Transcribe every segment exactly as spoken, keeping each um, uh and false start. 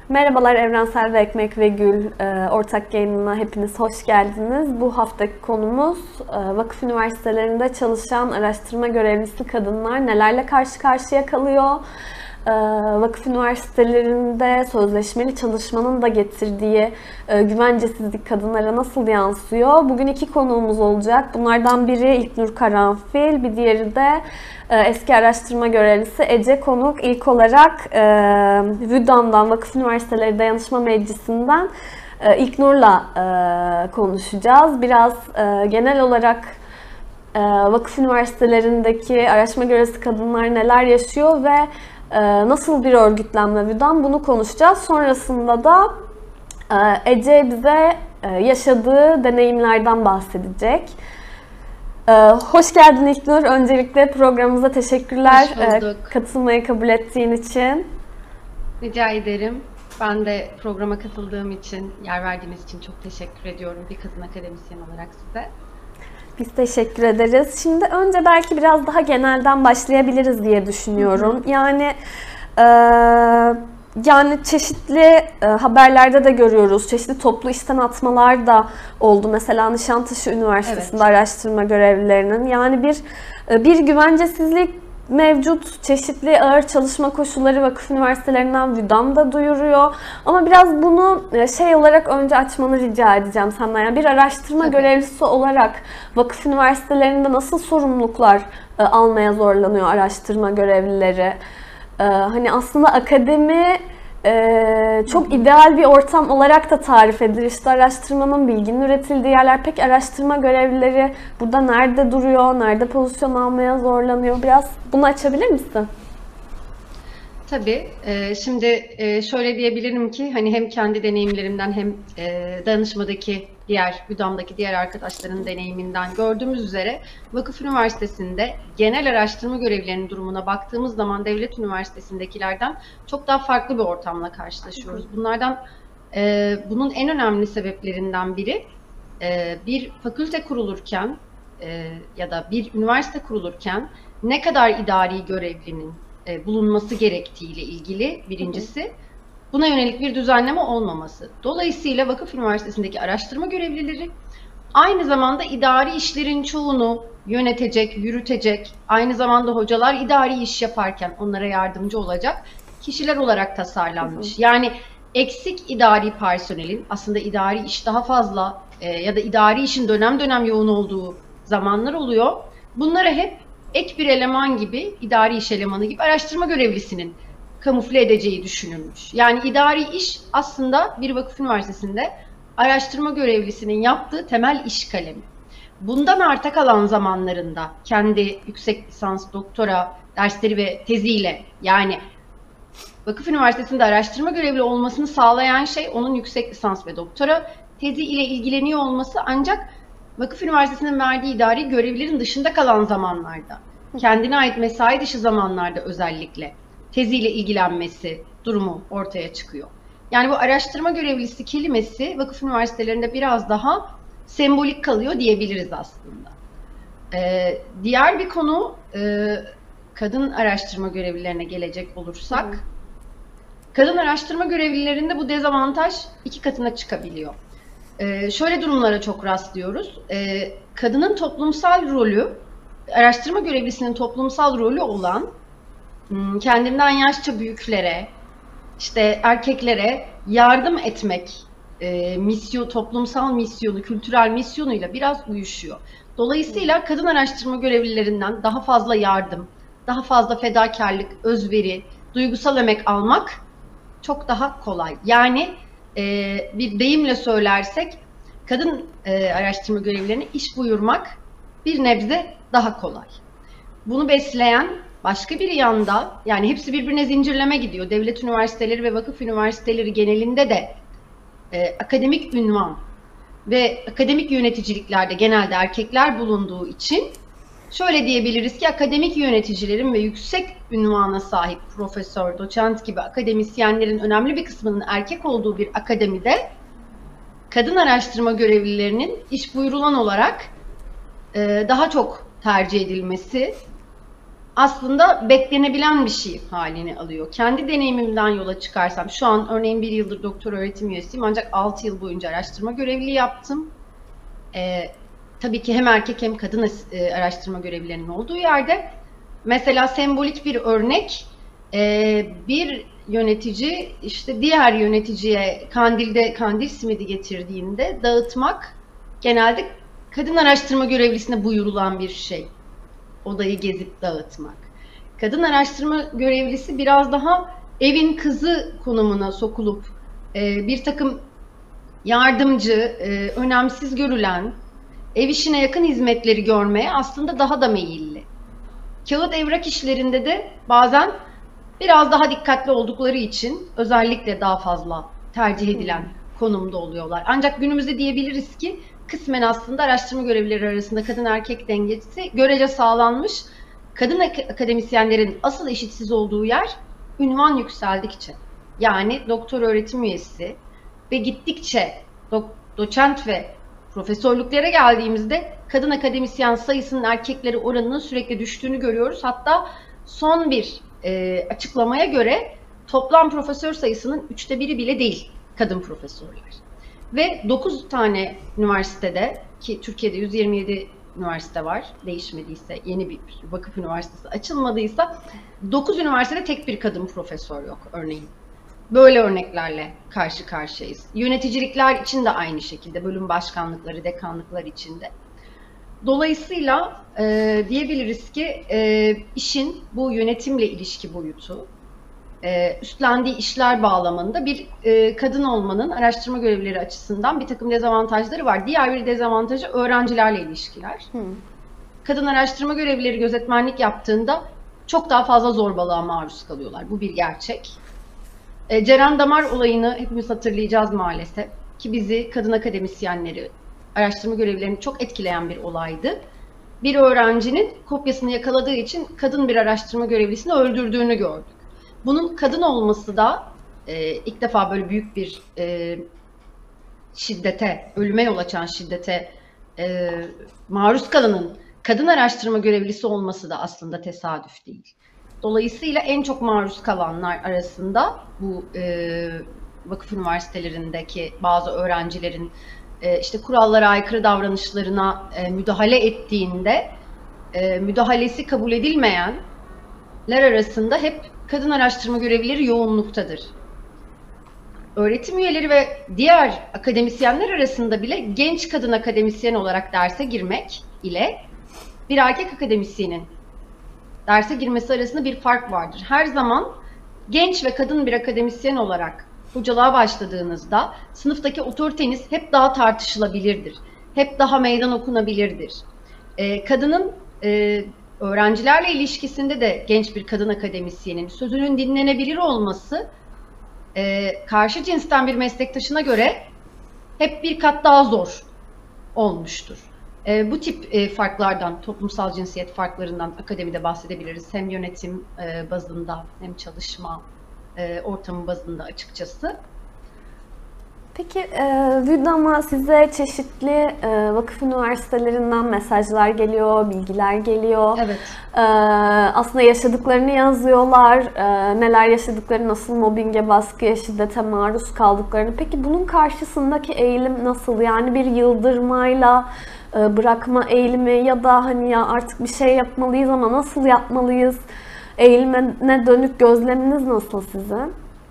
Merhabalar Evrensel ve Ekmek ve Gül e, ortak yayınına hepiniz hoş geldiniz. Bu haftaki konumuz e, vakıf üniversitelerinde çalışan araştırma görevlisi kadınlar nelerle karşı karşıya kalıyor? E, vakıf üniversitelerinde sözleşmeli çalışmanın da getirdiği e, güvencesizlik kadınlara nasıl yansıyor? Bugün iki konuğumuz olacak. Bunlardan biri İlknur Karanfil, bir diğeri de eski araştırma görevlisi Ece Konuk. İlk olarak e, VÜDAM'dan, Vakıf Üniversiteleri Dayanışma Meclisi'nden e, İlknur'la e, konuşacağız. Biraz e, genel olarak e, vakıf üniversitelerindeki araştırma görevlisi kadınlar neler yaşıyor ve e, nasıl bir örgütlenme VÜDAM, bunu konuşacağız. Sonrasında da e, Ece bize e, yaşadığı deneyimlerden bahsedecek. Ee, hoş geldin İlknur. Öncelikle programımıza teşekkürler Hoş katılmayı kabul ettiğin için. Rica ederim. Ben de programa katıldığım için, yer verdiğiniz için çok teşekkür ediyorum bir kadın akademisyen olarak size. Biz teşekkür ederiz. Şimdi önce belki biraz daha genelden başlayabiliriz diye düşünüyorum. Hı hı. Yani e, yani çeşitli e, haberlerde de görüyoruz. Çeşitli toplu işten atmalar da oldu. Mesela Nişantaşı Üniversitesi'nde evet. araştırma görevlilerinin. Yani bir e, bir güvencesizlik mevcut. Çeşitli ağır çalışma koşulları vakıf üniversitelerinden VÜDAM da duyuruyor. Ama biraz bunu şey olarak önce açmanı rica edeceğim senden. Yani bir araştırma Tabii. görevlisi olarak vakıf üniversitelerinde nasıl sorumluluklar e, almaya zorlanıyor araştırma görevlileri? Ee, hani aslında akademi e, çok ideal bir ortam olarak da tarif edilir. İşte araştırmanın, bilginin üretildiği yerler. Peki araştırma görevlileri burada nerede duruyor, nerede pozisyon almaya zorlanıyor? Biraz bunu açabilir misin? Tabii. E, şimdi e, şöyle diyebilirim ki hani hem kendi deneyimlerimden hem e, danışmadaki diğer, VÜDAM'daki diğer arkadaşların deneyiminden gördüğümüz üzere Vakıf Üniversitesi'nde genel araştırma görevlilerinin durumuna baktığımız zaman devlet üniversitesindekilerden çok daha farklı bir ortamla karşılaşıyoruz. Bunlardan e, bunun en önemli sebeplerinden biri e, bir fakülte kurulurken e, ya da bir üniversite kurulurken ne kadar idari görevlinin e, bulunması gerektiğiyle ilgili birincisi. Buna yönelik bir düzenleme olmaması. Dolayısıyla Vakıf Üniversitesi'ndeki araştırma görevlileri aynı zamanda idari işlerin çoğunu yönetecek, yürütecek, aynı zamanda hocalar idari iş yaparken onlara yardımcı olacak kişiler olarak tasarlanmış. Yani eksik idari personelin, aslında idari iş daha fazla e, ya da idari işin dönem dönem yoğun olduğu zamanlar oluyor. Bunlara hep ek bir eleman gibi, idari iş elemanı gibi araştırma görevlisinin kamufle edeceği düşünülmüş. Yani idari iş aslında bir vakıf üniversitesinde araştırma görevlisinin yaptığı temel iş kalemi. Bundan arta kalan zamanlarında kendi yüksek lisans, doktora dersleri ve teziyle, yani vakıf üniversitesinde araştırma görevli olmasını sağlayan şey onun yüksek lisans ve doktora tezi ile ilgileniyor olması, ancak vakıf üniversitesinin verdiği idari görevlerin dışında kalan zamanlarda, kendine ait mesai dışı zamanlarda özellikle teziyle ilgilenmesi durumu ortaya çıkıyor. Yani bu araştırma görevlisi kelimesi vakıf üniversitelerinde biraz daha sembolik kalıyor diyebiliriz aslında. Ee, diğer bir konu e, kadın araştırma görevlilerine gelecek olursak, Hı. kadın araştırma görevlilerinde bu dezavantaj iki katına çıkabiliyor. Ee, şöyle durumlara çok rastlıyoruz. Ee, kadının toplumsal rolü, araştırma görevlisinin toplumsal rolü olan kendinden yaşça büyüklere, işte erkeklere yardım etmek e, misyon, toplumsal misyonu, kültürel misyonuyla biraz uyuşuyor. Dolayısıyla kadın araştırma görevlilerinden daha fazla yardım, daha fazla fedakarlık, özveri, duygusal emek almak çok daha kolay. Yani e, bir deyimle söylersek, kadın e, araştırma görevlilerine iş buyurmak bir nebze daha kolay. Bunu besleyen başka bir yanda, yani hepsi birbirine zincirleme gidiyor. Devlet üniversiteleri ve vakıf üniversiteleri genelinde de e, akademik ünvan ve akademik yöneticiliklerde genelde erkekler bulunduğu için şöyle diyebiliriz ki akademik yöneticilerin ve yüksek ünvana sahip profesör, doçent gibi akademisyenlerin önemli bir kısmının erkek olduğu bir akademide kadın araştırma görevlilerinin iş buyurulan olarak e, daha çok tercih edilmesi, aslında beklenebilen bir şey halini alıyor. Kendi deneyimimden yola çıkarsam, şu an örneğin bir yıldır doktor öğretim üyesiyim ancak altı yıl boyunca araştırma görevliliği yaptım. Ee, tabii ki hem erkek hem kadın e, araştırma görevlilerinin olduğu yerde, mesela sembolik bir örnek, e, bir yönetici işte diğer yöneticiye kandilde kandil simidi getirdiğinde dağıtmak genelde kadın araştırma görevlisine buyurulan bir şey. Odayı gezip dağıtmak. Kadın araştırma görevlisi biraz daha evin kızı konumuna sokulup e, bir takım yardımcı, e, önemsiz görülen, ev işine yakın hizmetleri görmeye aslında daha da meyilli. Kağıt evrak işlerinde de bazen biraz daha dikkatli oldukları için özellikle daha fazla tercih edilen konumda oluyorlar. Ancak günümüzde diyebiliriz ki kısmen aslında araştırma görevlileri arasında kadın erkek dengesi görece sağlanmış. Kadın akademisyenlerin asıl eşitsiz olduğu yer ünvan yükseldikçe, yani doktor öğretim üyesi ve gittikçe do doçent ve profesörlüklere geldiğimizde kadın akademisyen sayısının erkeklere oranının sürekli düştüğünü görüyoruz. Hatta son bir e, açıklamaya göre toplam profesör sayısının üçte biri bile değil kadın profesörler. Ve dokuz tane üniversitede, ki Türkiye'de yüz yirmi yedi üniversite var, değişmediyse, yeni bir vakıf üniversitesi açılmadıysa, dokuz üniversitede tek bir kadın profesör yok örneğin. Böyle örneklerle karşı karşıyayız. Yöneticilikler için de aynı şekilde, bölüm başkanlıkları, dekanlıklar için de. Dolayısıyla e, diyebiliriz ki e, işin bu yönetimle ilişki boyutu, e, üstlendiği işler bağlamında bir e, kadın olmanın araştırma görevlileri açısından bir takım dezavantajları var. Diğer bir dezavantajı öğrencilerle ilişkiler. Hmm. Kadın araştırma görevlileri gözetmenlik yaptığında çok daha fazla zorbalığa maruz kalıyorlar. Bu bir gerçek. E, Ceren Damar olayını hepimiz hatırlayacağız maalesef. Ki bizi, kadın akademisyenleri, araştırma görevlilerini çok etkileyen bir olaydı. Bir öğrencinin kopyasını yakaladığı için kadın bir araştırma görevlisini öldürdüğünü gördük. Bunun kadın olması da e, ilk defa böyle büyük bir e, şiddete, ölüme yol açan şiddete e, maruz kalanın kadın araştırma görevlisi olması da aslında tesadüf değil. Dolayısıyla en çok maruz kalanlar arasında bu e, vakıf üniversitelerindeki bazı öğrencilerin e, işte kurallara aykırı davranışlarına e, müdahale ettiğinde e, müdahalesi kabul edilmeyenler arasında hep kadın araştırma görevlileri yoğunluktadır. Öğretim üyeleri ve diğer akademisyenler arasında bile genç kadın akademisyen olarak derse girmek ile bir erkek akademisyenin derse girmesi arasında bir fark vardır. Her zaman genç ve kadın bir akademisyen olarak hocalığa başladığınızda sınıftaki otoriteniz hep daha tartışılabilirdir. Hep daha meydan okunabilirdir. Ee, kadının e, öğrencilerle ilişkisinde de genç bir kadın akademisyenin sözünün dinlenebilir olması e, karşı cinsten bir meslektaşına göre hep bir kat daha zor olmuştur. E, bu tip e, farklardan, toplumsal cinsiyet farklarından akademide bahsedebiliriz. Hem yönetim e, bazında hem çalışma e, ortamı bazında açıkçası. Peki e, VÜDAM'a size çeşitli e, vakıf üniversitelerinden mesajlar geliyor, bilgiler geliyor. Evet. E, aslında yaşadıklarını yazıyorlar, e, neler yaşadıklarını, nasıl mobbinge, baskıya, şiddete maruz kaldıklarını. Peki bunun karşısındaki eğilim nasıl? Yani bir yıldırmayla e, bırakma eğilimi ya da hani ya artık bir şey yapmalıyız ama nasıl yapmalıyız? Eğilmene dönük gözleminiz nasıl sizin?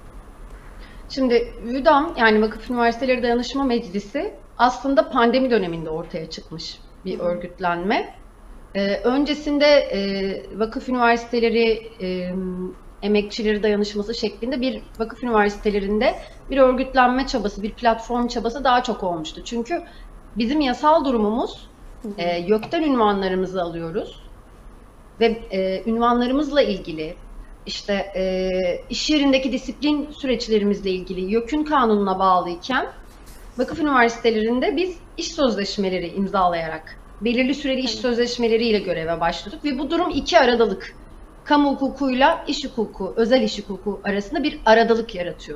Şimdi VÜDAM, yani Vakıf Üniversiteleri Dayanışma Meclisi aslında pandemi döneminde ortaya çıkmış bir örgütlenme. Ee, öncesinde e, vakıf üniversiteleri e, emekçileri dayanışması şeklinde bir vakıf üniversitelerinde bir örgütlenme çabası, bir platform çabası daha çok olmuştu. Çünkü bizim yasal durumumuz e, YÖK'ten ünvanlarımızı alıyoruz ve e, ünvanlarımızla ilgili İşte e, iş yerindeki disiplin süreçlerimizle ilgili YÖK'ün kanununa bağlıyken vakıf üniversitelerinde biz iş sözleşmeleri imzalayarak belirli süreli iş sözleşmeleriyle göreve başladık ve bu durum iki aradalık, kamu hukukuyla iş hukuku, özel iş hukuku arasında bir aradalık yaratıyor.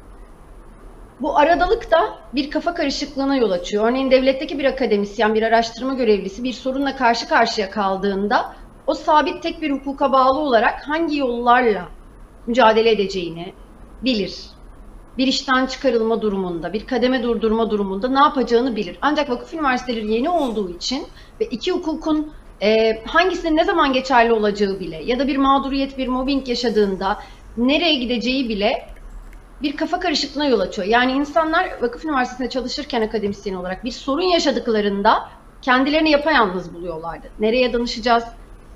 Bu aradalık da bir kafa karışıklığına yol açıyor. Örneğin devletteki bir akademisyen, bir araştırma görevlisi bir sorunla karşı karşıya kaldığında o sabit tek bir hukuka bağlı olarak hangi yollarla mücadele edeceğini bilir. Bir işten çıkarılma durumunda, bir kademe durdurma durumunda ne yapacağını bilir. Ancak vakıf üniversiteleri yeni olduğu için ve iki hukukun e, hangisinin ne zaman geçerli olacağı bile ya da bir mağduriyet, bir mobbing yaşadığında nereye gideceği bile bir kafa karışıklığına yol açıyor. Yani insanlar vakıf üniversitesinde çalışırken akademisyen olarak bir sorun yaşadıklarında kendilerini yapayalnız buluyorlardı. Nereye danışacağız?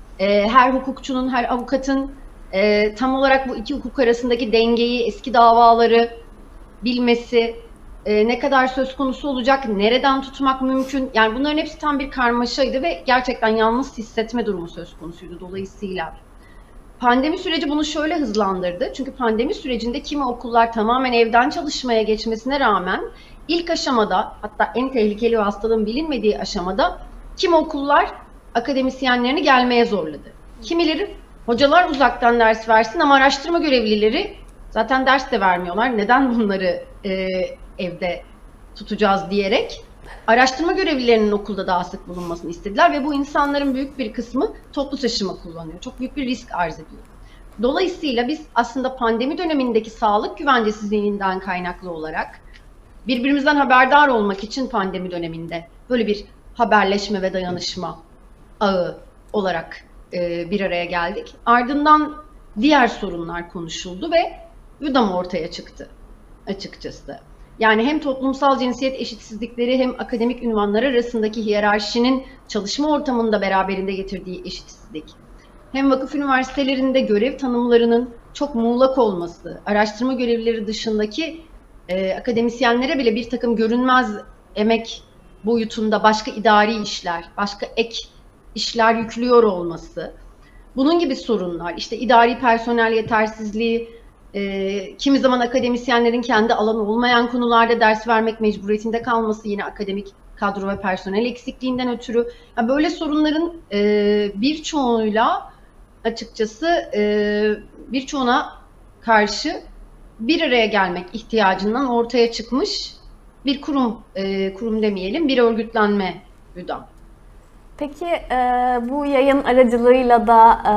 E, her hukukçunun, her avukatın e, tam olarak bu iki hukuk arasındaki dengeyi, eski davaları bilmesi, e, ne kadar söz konusu olacak, nereden tutmak mümkün. Yani bunların hepsi tam bir karmaşaydı ve gerçekten yalnız hissetme durumu söz konusuydu. Dolayısıyla pandemi süreci bunu şöyle hızlandırdı. Çünkü pandemi sürecinde kimi okullar tamamen evden çalışmaya geçmesine rağmen ilk aşamada, hatta en tehlikeli ve hastalığın bilinmediği aşamada kimi okullar akademisyenlerini gelmeye zorladı. Kimileri hocalar uzaktan ders versin ama araştırma görevlileri zaten ders de vermiyorlar. Neden bunları e, evde tutacağız diyerek araştırma görevlilerinin okulda daha sık bulunmasını istediler ve bu insanların büyük bir kısmı toplu taşıma kullanıyor. Çok büyük bir risk arz ediyor. Dolayısıyla biz aslında pandemi dönemindeki sağlık güvencesizliğinden kaynaklı olarak birbirimizden haberdar olmak için pandemi döneminde böyle bir haberleşme ve dayanışma ağı olarak e, bir araya geldik. Ardından diğer sorunlar konuşuldu ve UDAM ortaya çıktı açıkçası. Yani hem toplumsal cinsiyet eşitsizlikleri hem akademik ünvanlar arasındaki hiyerarşinin çalışma ortamında beraberinde getirdiği eşitsizlik, hem vakıf üniversitelerinde görev tanımlarının çok muğlak olması, araştırma görevlileri dışındaki e, akademisyenlere bile bir takım görünmez emek boyutunda başka idari işler, başka ek işler yüklüyor olması, bunun gibi sorunlar, işte idari personel yetersizliği, e, kimi zaman akademisyenlerin kendi alanı olmayan konularda ders vermek mecburiyetinde kalması, yine akademik kadro ve personel eksikliğinden ötürü. Yani böyle sorunların e, birçoğuyla açıkçası e, birçoğuna karşı bir araya gelmek ihtiyacından ortaya çıkmış bir kurum, e, kurum demeyelim, bir örgütlenme UDAM. Peki e, bu yayın aracılığıyla da e,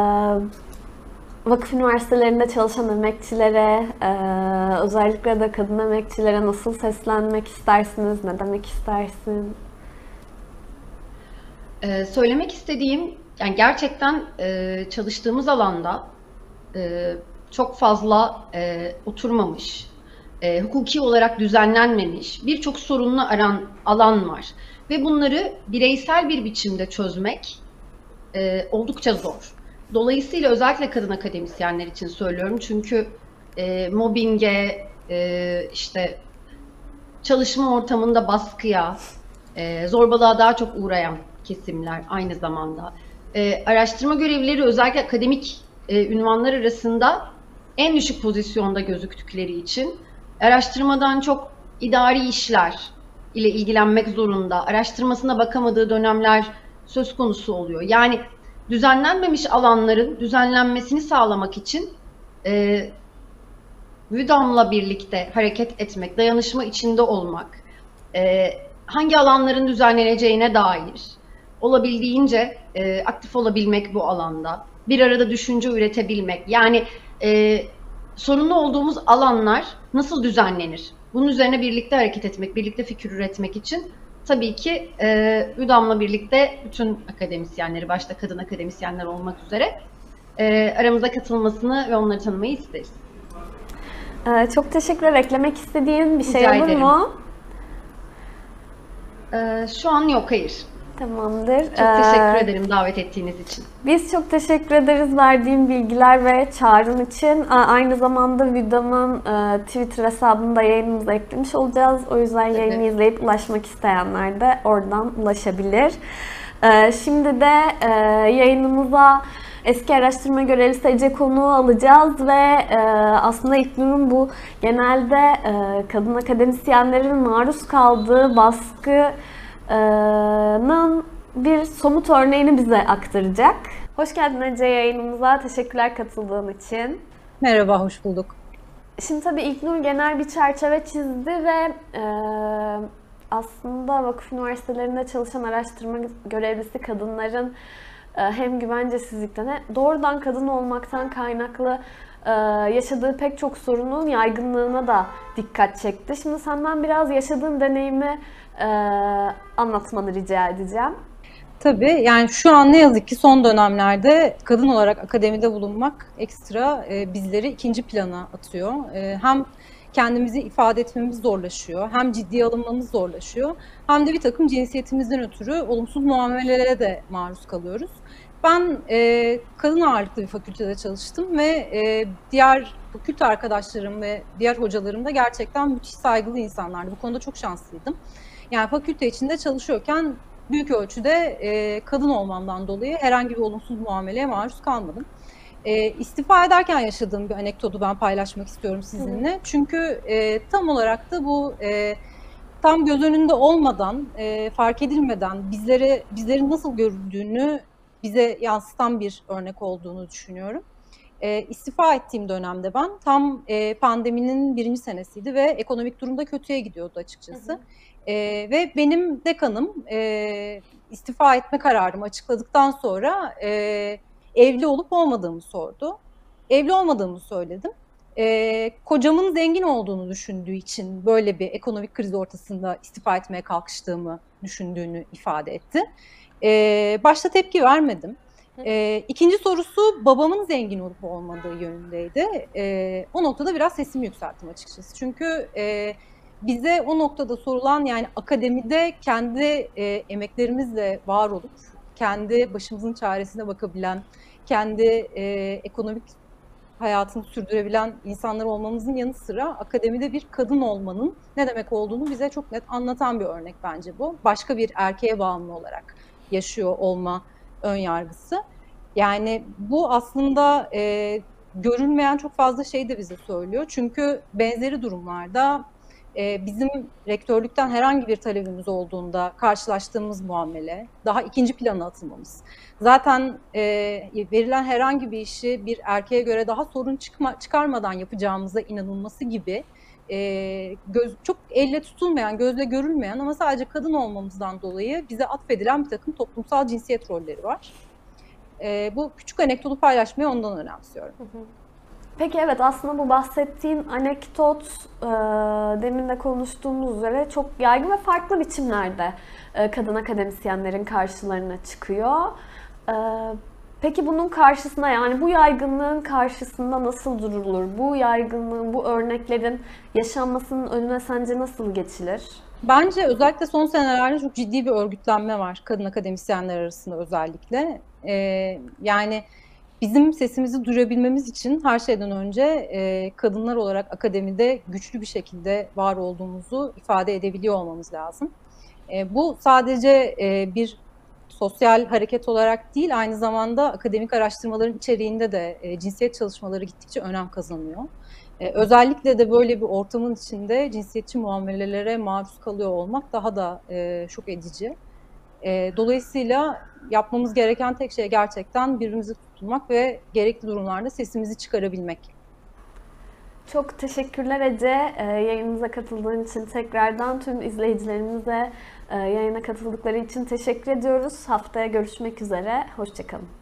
vakıf üniversitelerinde çalışan emekçilere, e, özellikle de kadın emekçilere nasıl seslenmek istersiniz, ne demek istersin? Ee, söylemek istediğim, yani gerçekten e, çalıştığımız alanda e, çok fazla e, oturmamış, e, hukuki olarak düzenlenmemiş birçok sorunlu aran, alan var. Ve bunları bireysel bir biçimde çözmek e, oldukça zor. Dolayısıyla özellikle kadın akademisyenler için söylüyorum. Çünkü e, mobbinge, e, işte çalışma ortamında baskıya, e, zorbalığa daha çok uğrayan kesimler aynı zamanda. E, araştırma görevlileri özellikle akademik e, ünvanlar arasında en düşük pozisyonda gözüktükleri için araştırmadan çok idari işler ile ilgilenmek zorunda, araştırmasına bakamadığı dönemler söz konusu oluyor. Yani düzenlenmemiş alanların düzenlenmesini sağlamak için e, UDAM'la birlikte hareket etmek, dayanışma içinde olmak, e, hangi alanların düzenleneceğine dair olabildiğince e, aktif olabilmek bu alanda, bir arada düşünce üretebilmek, yani e, sorunlu olduğumuz alanlar nasıl düzenlenir? Bunun üzerine birlikte hareket etmek, birlikte fikir üretmek için tabii ki e, UDAM'la birlikte bütün akademisyenleri, başta kadın akademisyenler olmak üzere e, aramıza katılmasını ve onları tanımayı isteriz. Ee, çok teşekkürler. Eklemek istediğin bir şey Rica olur ederim. mu? E, şu an yok, hayır. Tamamdır. Çok teşekkür Ee, ederim davet ettiğiniz için. Biz çok teşekkür ederiz verdiğin bilgiler ve çağrın için. A- Aynı zamanda UDAM'ın e, Twitter hesabını da yayınımıza eklemiş olacağız. O yüzden yayını Evet. izleyip ulaşmak isteyenler de oradan ulaşabilir. Ee, Şimdi de e, yayınımıza eski araştırma görevlisi Ece konuğu alacağız ve e, aslında İlknur'un bu genelde e, kadın akademisyenlerin maruz kaldığı baskının bir somut örneğini bize aktaracak. Hoş geldin Ece yayınımıza. Teşekkürler katıldığın için. Merhaba, hoş bulduk. Şimdi tabii İlknur genel bir çerçeve çizdi ve e, aslında vakıf üniversitelerinde çalışan araştırma görevlisi kadınların e, hem güvencesizlikten hem doğrudan kadın olmaktan kaynaklı yaşadığı pek çok sorunun yaygınlığına da dikkat çekti. Şimdi senden biraz yaşadığın deneyimi anlatmanı rica edeceğim. Tabii, yani şu an ne yazık ki son dönemlerde kadın olarak akademide bulunmak ekstra e, bizleri ikinci plana atıyor. E, hem kendimizi ifade etmemiz zorlaşıyor, hem ciddiye alınmamız zorlaşıyor, hem de bir takım cinsiyetimizden ötürü olumsuz muamelelere de maruz kalıyoruz. Ben e, kadın ağırlıklı bir fakültede çalıştım ve e, diğer fakülte arkadaşlarım ve diğer hocalarım da gerçekten müthiş saygılı insanlardı. Bu konuda çok şanslıydım. Yani fakülte içinde çalışıyorken büyük ölçüde e, kadın olmamdan dolayı herhangi bir olumsuz muameleye maruz kalmadım. E, istifa ederken yaşadığım bir anekdotu ben paylaşmak istiyorum sizinle. Hı. Çünkü e, tam olarak da bu e, tam göz önünde olmadan, e, fark edilmeden bizlere bizlerin nasıl görüldüğünü bize yansıtan bir örnek olduğunu düşünüyorum. E, istifa ettiğim dönemde ben tam e, pandeminin birinci senesiydi ve ekonomik durumda kötüye gidiyordu açıkçası. Hı hı. E, ve benim dekanım e, istifa etme kararımı açıkladıktan sonra e, evli olup olmadığımı sordu. Evli olmadığımı söyledim. E, kocamın zengin olduğunu düşündüğü için böyle bir ekonomik kriz ortasında istifa etmeye kalkıştığımı düşündüğünü ifade etti. E, başta tepki vermedim. E, ikinci sorusu babamın zengin olup olmadığı yönündeydi. E, o noktada biraz sesimi yükselttim açıkçası. Çünkü e, bize o noktada sorulan, yani akademide kendi e, emeklerimizle var olup, kendi başımızın çaresine bakabilen, kendi e, ekonomik hayatını sürdürebilen insanlar olmamızın yanı sıra akademide bir kadın olmanın ne demek olduğunu bize çok net anlatan bir örnek bence bu. Başka bir erkeğe bağımlı olarak yaşıyor olma ön yargısı. Yani bu aslında e, görülmeyen çok fazla şey de bize söylüyor. Çünkü benzeri durumlarda e, bizim rektörlükten herhangi bir talebimiz olduğunda karşılaştığımız muamele, daha ikinci plana atılmamız. Zaten e, verilen herhangi bir işi bir erkeğe göre daha sorun çıkma, çıkarmadan yapacağımıza inanılması gibi e, göz, çok elle tutulmayan, gözle görülmeyen ama sadece kadın olmamızdan dolayı bize atfedilen bir takım toplumsal cinsiyet rolleri var. E, bu küçük anekdotu paylaşmayı ondan önemsiyorum. Hı hı. Peki evet, aslında bu bahsettiğin anekdot e, demin de konuştuğumuz üzere çok yaygın ve farklı biçimlerde e, kadın akademisyenlerin karşılarına çıkıyor. E, peki bunun karşısında, yani bu yaygınlığın karşısında nasıl durulur? Bu yaygınlığın, bu örneklerin yaşanmasının önüne sence nasıl geçilir? Bence özellikle son senelerde çok ciddi bir örgütlenme var kadın akademisyenler arasında özellikle. Ee, yani bizim sesimizi duyurabilmemiz için her şeyden önce e, kadınlar olarak akademide güçlü bir şekilde var olduğumuzu ifade edebiliyor olmamız lazım. E, bu sadece e, bir sosyal hareket olarak değil, aynı zamanda akademik araştırmaların içeriğinde de e, cinsiyet çalışmaları gittikçe önem kazanıyor. E, özellikle de böyle bir ortamın içinde cinsiyetçi muamelelere maruz kalıyor olmak daha da e, şok edici. E, dolayısıyla yapmamız gereken tek şey gerçekten birbirimizi tutmak ve gerekli durumlarda sesimizi çıkarabilmek. Çok teşekkürler Ece. E, yayınımıza katıldığın için tekrardan tüm izleyicilerimize e, yayına katıldıkları için teşekkür ediyoruz. Haftaya görüşmek üzere. Hoşça kalın.